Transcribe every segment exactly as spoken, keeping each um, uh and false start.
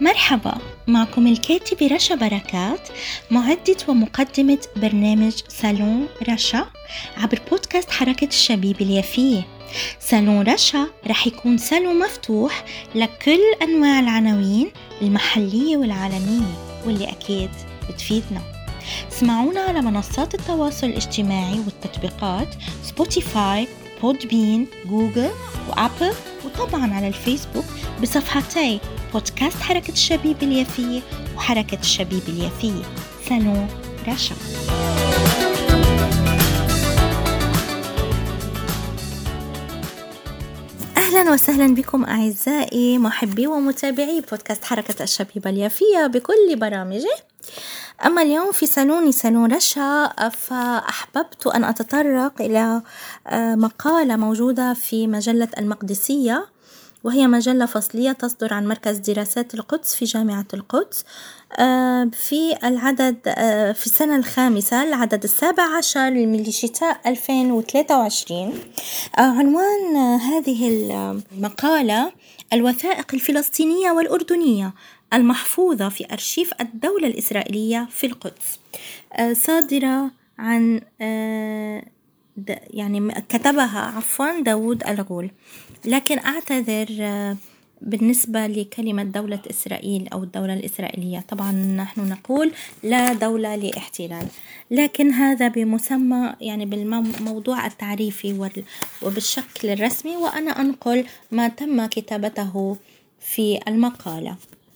مرحبا، معكم الكاتبة رشا بركات، معدة ومقدمة برنامج صالون رشا عبر بودكاست حركة الشبيب اليافية. صالون رشا رح يكون صالون مفتوح لكل أنواع العناوين المحلية والعالمية واللي أكيد بتفيدنا. اسمعونا على منصات التواصل الاجتماعي والتطبيقات سبوتيفاي، بودبين، جوجل وأبل، وطبعا على الفيسبوك بصفحتي بودكاست حركة الشبيب اليافية وحركة الشبيب اليافية. صالون رشا. أهلا وسهلا بكم أعزائي محبي ومتابعي بودكاست حركة الشبيب اليافية بكل برامجه. أما اليوم في صالوني صالون رشا، فأحببت أن أتطرق إلى مقالة موجودة في مجلة المقدسية، وهي مجلة فصلية تصدر عن مركز دراسات القدس في جامعة القدس في العدد في السنة الخامسة العدد السابع عشر من الشتاء ألفين وثلاثة وعشرين. عنوان هذه المقالة: الوثائق الفلسطينية والأردنية المحفوظة في أرشيف الدولة الإسرائيلية في القدس، صادرة عن يعني كتبها عفوا داود الغول. لكن أعتذر بالنسبة لكلمة دولة إسرائيل أو الدولة الإسرائيلية، طبعا نحن نقول لا دولة لاحتلال، لكن هذا بمسمى يعني بالموضوع التعريفي وبالشكل الرسمي، وأنا أنقل ما تم كتابته في المقالة.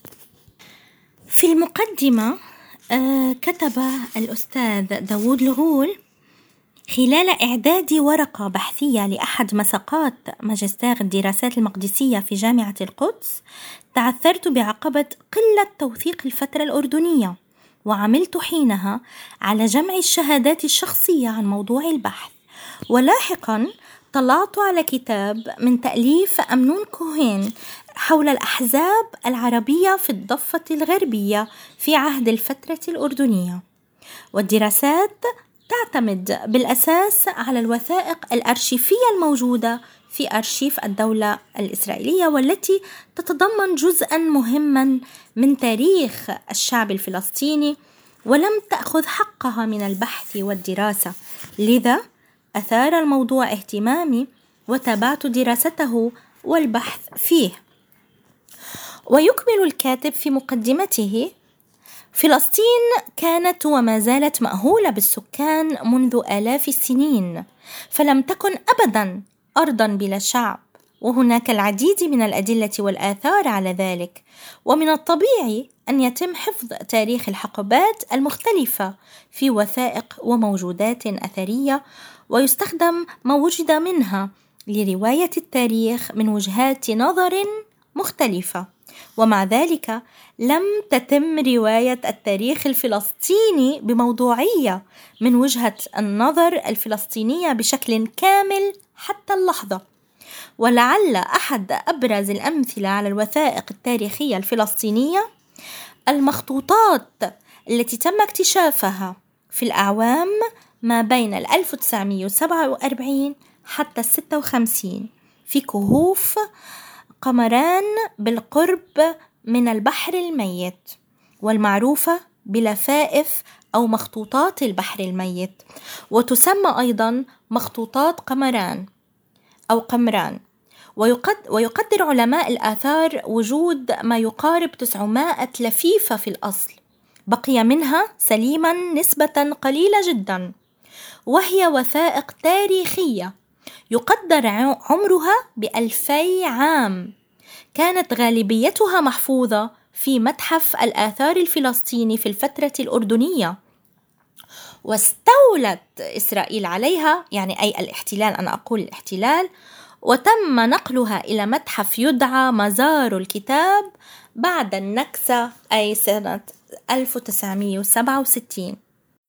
في المقدمة كتب الأستاذ داود الغول: خلال إعداد ورقة بحثية لأحد مساقات ماجستير الدراسات المقدسية في جامعة القدس، تعثرت بعقبة قلة توثيق الفترة الأردنية، وعملت حينها على جمع الشهادات الشخصية عن موضوع البحث. ولاحقا طلعت على كتاب من تأليف أمنون كوهين حول الأحزاب العربية في الضفة الغربية في عهد الفترة الأردنية. والدراسات تعتمد بالأساس على الوثائق الأرشيفية الموجودة في أرشيف الدولة الإسرائيلية، والتي تتضمن جزءا مهما من تاريخ الشعب الفلسطيني، ولم تأخذ حقها من البحث والدراسة. لذا أثار الموضوع اهتمامي وتابعت دراسته والبحث فيه. ويكمل الكاتب في مقدمته: فلسطين كانت وما زالت مأهولة بالسكان منذ آلاف السنين، فلم تكن أبدا أرضا بلا شعب، وهناك العديد من الأدلة والآثار على ذلك. ومن الطبيعي أن يتم حفظ تاريخ الحقبات المختلفة في وثائق وموجودات أثرية، ويستخدم ما وجد منها لرواية التاريخ من وجهات نظر مختلفة. ومع ذلك لم تتم رواية التاريخ الفلسطيني بموضوعية من وجهة النظر الفلسطينية بشكل كامل حتى اللحظة. ولعل أحد أبرز الأمثلة على الوثائق التاريخية الفلسطينية المخطوطات التي تم اكتشافها في الأعوام ما بين ألف وتسعمائة وسبعة وأربعين حتى ستة وخمسين في كهوف قمران بالقرب من البحر الميت، والمعروفة بلفائف أو مخطوطات البحر الميت، وتسمى أيضا مخطوطات قمران أو قمران. ويقدر علماء الآثار وجود ما يقارب تسعمائة لفيفة في الأصل، بقي منها سليما نسبة قليلة جدا، وهي وثائق تاريخية يقدر عمرها بألفي عام، كانت غالبيتها محفوظة في متحف الآثار الفلسطيني في الفترة الأردنية، واستولت إسرائيل عليها، يعني أي الاحتلال، أنا أقول الاحتلال، وتم نقلها إلى متحف يدعى مزار الكتاب بعد النكسة أي سنة ألف وتسعمائة وسبعة وستين.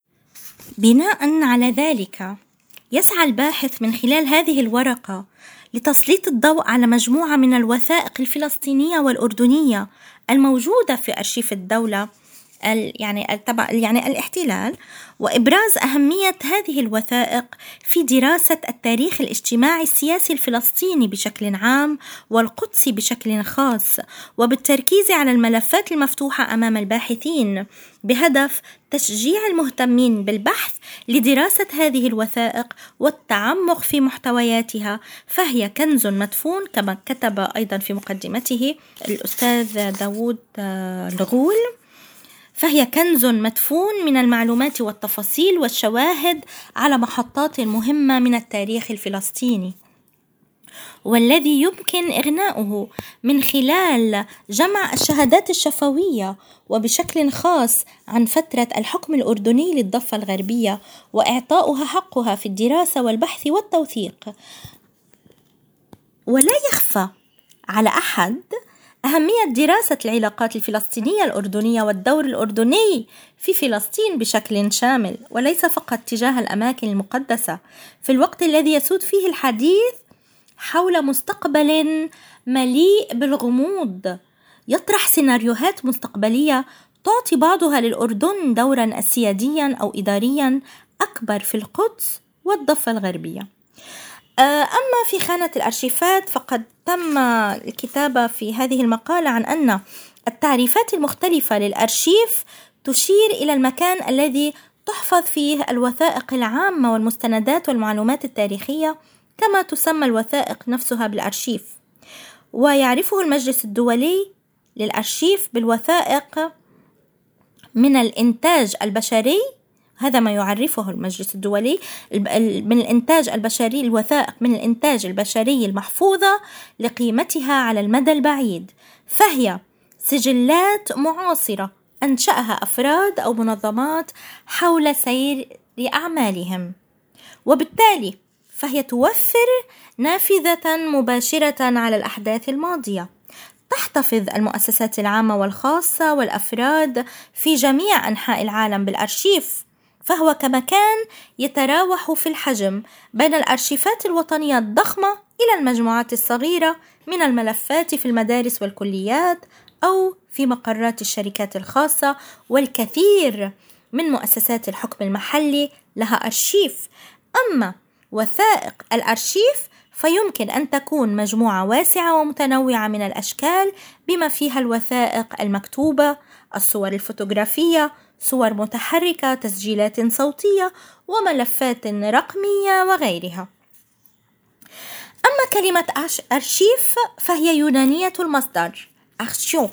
بناء على ذلك يسعى الباحث من خلال هذه الورقة لتسليط الضوء على مجموعة من الوثائق الفلسطينية والأردنية الموجودة في أرشيف الدولة يعني تبع يعني الاحتلال، وإبراز أهمية هذه الوثائق في دراسة التاريخ الاجتماعي السياسي الفلسطيني بشكل عام والقدسي بشكل خاص، وبالتركيز على الملفات المفتوحة أمام الباحثين بهدف تشجيع المهتمين بالبحث لدراسة هذه الوثائق والتعمق في محتوياتها. فهي كنز مدفون كما كتب أيضا في مقدمته الأستاذ داود الغول، فهي كنز مدفون من المعلومات والتفاصيل والشواهد على محطات مهمة من التاريخ الفلسطيني، والذي يمكن إغناؤه من خلال جمع الشهادات الشفوية وبشكل خاص عن فترة الحكم الأردني للضفة الغربية، وإعطاؤها حقها في الدراسة والبحث والتوثيق. ولا يخفى على أحد أهمية دراسة العلاقات الفلسطينية الأردنية والدور الأردني في فلسطين بشكل شامل، وليس فقط تجاه الأماكن المقدسة، في الوقت الذي يسود فيه الحديث حول مستقبل مليء بالغموض، يطرح سيناريوهات مستقبلية تعطي بعضها للأردن دورا سياديا أو إداريا أكبر في القدس والضفة الغربية. أما في خانة الأرشيفات فقد تم الكتابة في هذه المقالة عن أن التعريفات المختلفة للأرشيف تشير إلى المكان الذي تحفظ فيه الوثائق العامة والمستندات والمعلومات التاريخية، كما تسمى الوثائق نفسها بالأرشيف. ويعرفه المجلس الدولي للأرشيف بالوثائق من الإنتاج البشري، هذا ما يعرفه المجلس الدولي من الإنتاج البشري، الوثائق من الإنتاج البشري المحفوظة لقيمتها على المدى البعيد، فهي سجلات معاصرة أنشأها أفراد أو منظمات حول سير أعمالهم، وبالتالي فهي توفر نافذة مباشرة على الأحداث الماضية. تحتفظ المؤسسات العامة والخاصة والأفراد في جميع أنحاء العالم بالأرشيف، فهو كمكان يتراوح في الحجم بين الأرشيفات الوطنية الضخمة إلى المجموعات الصغيرة من الملفات في المدارس والكليات أو في مقرات الشركات الخاصة، والكثير من مؤسسات الحكم المحلي لها أرشيف. أما وثائق الأرشيف فيمكن أن تكون مجموعة واسعة ومتنوعة من الأشكال، بما فيها الوثائق المكتوبة، الصور الفوتوغرافية، صور متحركة، تسجيلات صوتية، وملفات رقمية وغيرها. أما كلمة أرشيف فهي يونانية المصدر أرشيو،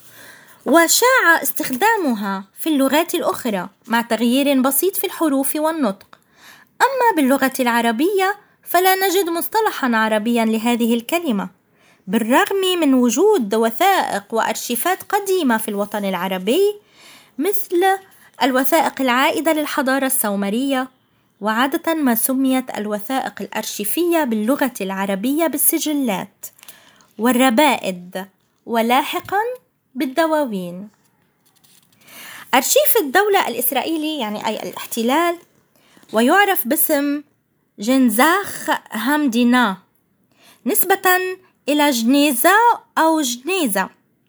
وشاع استخدامها في اللغات الأخرى مع تغيير بسيط في الحروف والنطق. أما باللغة العربية فلا نجد مصطلحا عربيا لهذه الكلمة، بالرغم من وجود وثائق وأرشيفات قديمة في الوطن العربي مثل الوثائق العائدة للحضارة السومرية، وعادة ما سميت الوثائق الأرشيفية باللغة العربية بالسجلات، والربائد، ولاحقا بالدواوين. أرشيف الدولة الإسرائيلي يعني أي الاحتلال، ويعرف باسم جنزاخ همدينا نسبة إلى جنيزة أو جنيزة،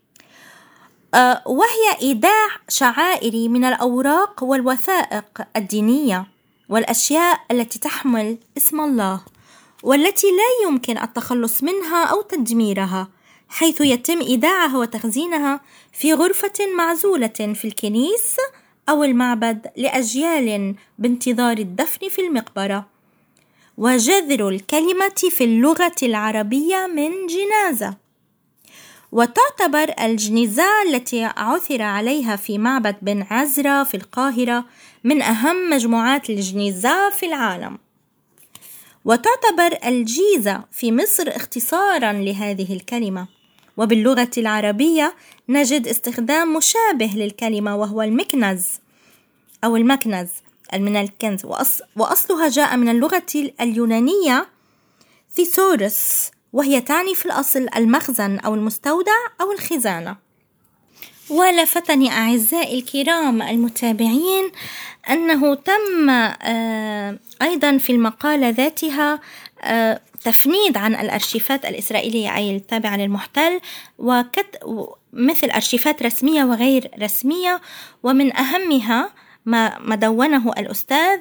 وهي إيداع شعائري من الأوراق والوثائق الدينية والأشياء التي تحمل اسم الله، والتي لا يمكن التخلص منها أو تدميرها، حيث يتم إيداعها وتخزينها في غرفة معزولة في الكنيسة أو المعبد لأجيال بانتظار الدفن في المقبرة. وجذر الكلمة في اللغة العربية من جنازة، وتعتبر الجنيزة التي عثر عليها في معبد بن عزرا في القاهرة من أهم مجموعات الجنيزة في العالم، وتعتبر الجيزة في مصر اختصارا لهذه الكلمة. وباللغة العربية نجد استخدام مشابه للكلمة وهو المكنز أو المكنز من الكنز، وأصلها جاء من اللغة اليونانية ثيسورس، وهي تعني في الأصل المخزن أو المستودع أو الخزانة. ولفتني أعزائي الكرام المتابعين أنه تم أيضا في المقالة ذاتها تفنيد عن الأرشيفات الإسرائيلية أي التابعة للمحتل، وكت مثل أرشيفات رسمية وغير رسمية. ومن أهمها ما دونه الأستاذ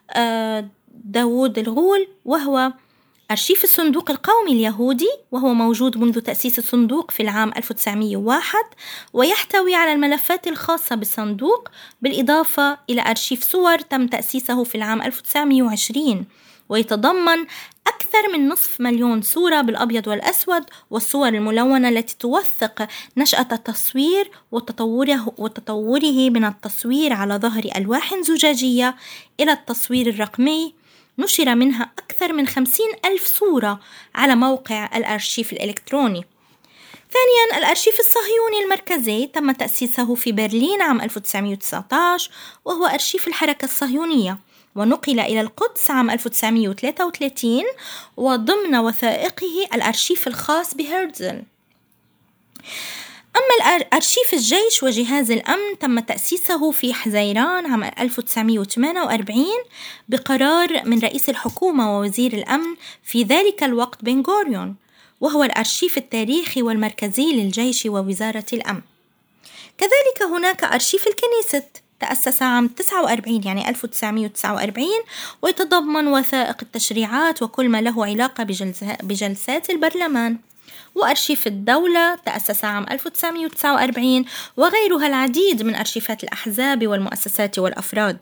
داود الغول، وهو أرشيف الصندوق القومي اليهودي، وهو موجود منذ تأسيس الصندوق في العام ألف وتسعمائة وواحد، ويحتوي على الملفات الخاصة بالصندوق، بالإضافة إلى أرشيف صور تم تأسيسه في العام ألف وتسعمائة وعشرين، ويتضمن أكثر من نصف مليون صورة بالأبيض والأسود، والصور الملونة التي توثق نشأة التصوير وتطوره, وتطوره من التصوير على ظهر ألواح زجاجية إلى التصوير الرقمي. نشر منها أكثر من خمسين ألف صورة على موقع الأرشيف الإلكتروني. ثانياً، الأرشيف الصهيوني المركزي تم تأسيسه في برلين عام ألف وتسعمائة وتسعة عشر، وهو أرشيف الحركة الصهيونية، ونقل إلى القدس عام ألف وتسعمائة وثلاثة وثلاثين وضمن وثائقه الأرشيف الخاص بهرتزل. أما الأرشيف الجيش وجهاز الأمن تم تأسيسه في حزيران عام ألف وتسعمائة وثمانية وأربعين بقرار من رئيس الحكومة ووزير الأمن في ذلك الوقت بن غوريون، وهو الأرشيف التاريخي والمركزي للجيش ووزارة الأمن. كذلك هناك أرشيف الكنيسة تأسس عام تسعة وأربعين يعني ألف وتسعمائة وتسعة وأربعين، ويتضمن وثائق التشريعات وكل ما له علاقة بجلسات البرلمان. وأرشيف الدولة تأسس عام ألف وتسعمائة وتسعة وأربعين، وغيرها العديد من أرشيفات الأحزاب والمؤسسات والأفراد.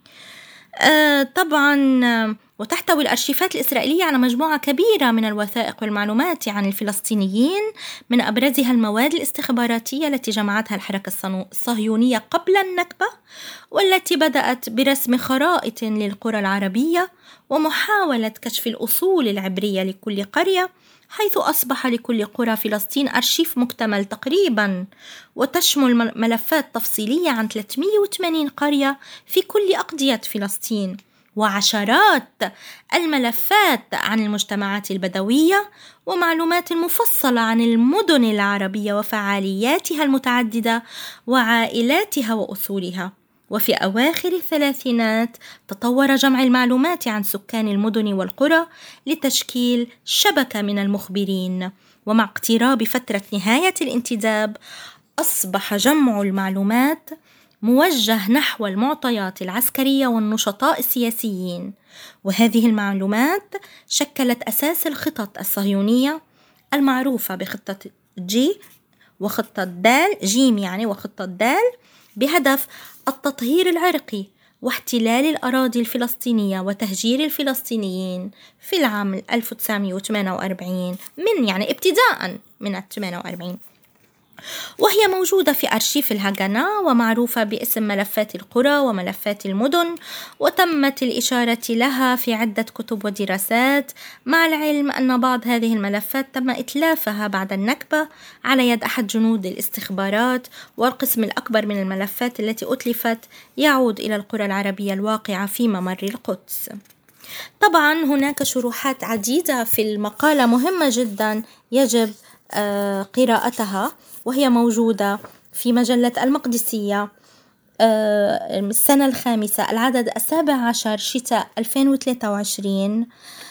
آه طبعا وتحتوي الأرشيفات الإسرائيلية على مجموعة كبيرة من الوثائق والمعلومات عن الفلسطينيين، من أبرزها المواد الاستخباراتية التي جمعتها الحركة الصهيونية قبل النكبة، والتي بدأت برسم خرائط للقرى العربية ومحاولة كشف الأصول العبرية لكل قرية، حيث أصبح لكل قرى فلسطين أرشيف مكتمل تقريبا، وتشمل ملفات تفصيلية عن ثلاثمائة وثمانين قرية في كل أقضية فلسطين، وعشرات الملفات عن المجتمعات البدوية، ومعلومات مفصلة عن المدن العربية وفعالياتها المتعددة وعائلاتها وأصولها. وفي أواخر الثلاثينات تطور جمع المعلومات عن سكان المدن والقرى لتشكيل شبكة من المخبرين، ومع اقتراب فترة نهاية الانتداب أصبح جمع المعلومات موجه نحو المعطيات العسكرية والنشطاء السياسيين، وهذه المعلومات شكلت أساس الخطط الصهيونية المعروفة بخطة جي وخطة دال جيم يعني وخطة دال، بهدف التطهير العرقي واحتلال الأراضي الفلسطينية وتهجير الفلسطينيين في العام ألف وتسعمائة وثمانية وأربعين، من يعني ابتداء من الثمانية وأربعين، وهي موجودة في أرشيف الهجنة ومعروفة باسم ملفات القرى وملفات المدن، وتمت الإشارة لها في عدة كتب ودراسات، مع العلم أن بعض هذه الملفات تم إتلافها بعد النكبة على يد أحد جنود الاستخبارات، والقسم الأكبر من الملفات التي أتلفت يعود إلى القرى العربية الواقعة في ممر القدس. طبعا هناك شروحات عديدة في المقالة مهمة جدا يجب قراءتها، وهي موجودة في مجلة المقدسية السنة الخامسة العدد السابع عشر شتاء ألفين وثلاثة وعشرين.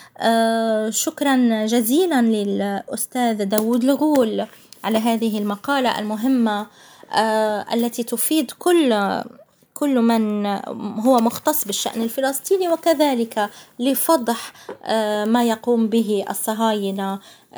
شكرا جزيلا للأستاذ داود الغول على هذه المقالة المهمة التي تفيد كل كل من هو مختص بالشأن الفلسطيني، وكذلك لفضح ما يقوم به الصهاينة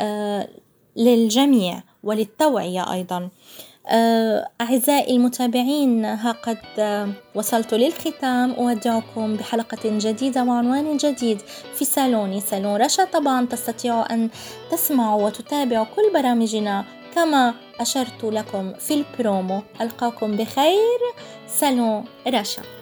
للجميع وللتوعية أيضا. أعزائي المتابعين، ها قد وصلت للختام. أودعكم بحلقة جديدة وعنوان جديد في صالوني صالون رشا. طبعا تستطيعوا أن تسمعوا وتتابعوا كل برامجنا كما أشرت لكم في البرومو. ألقاكم بخير. صالون رشا.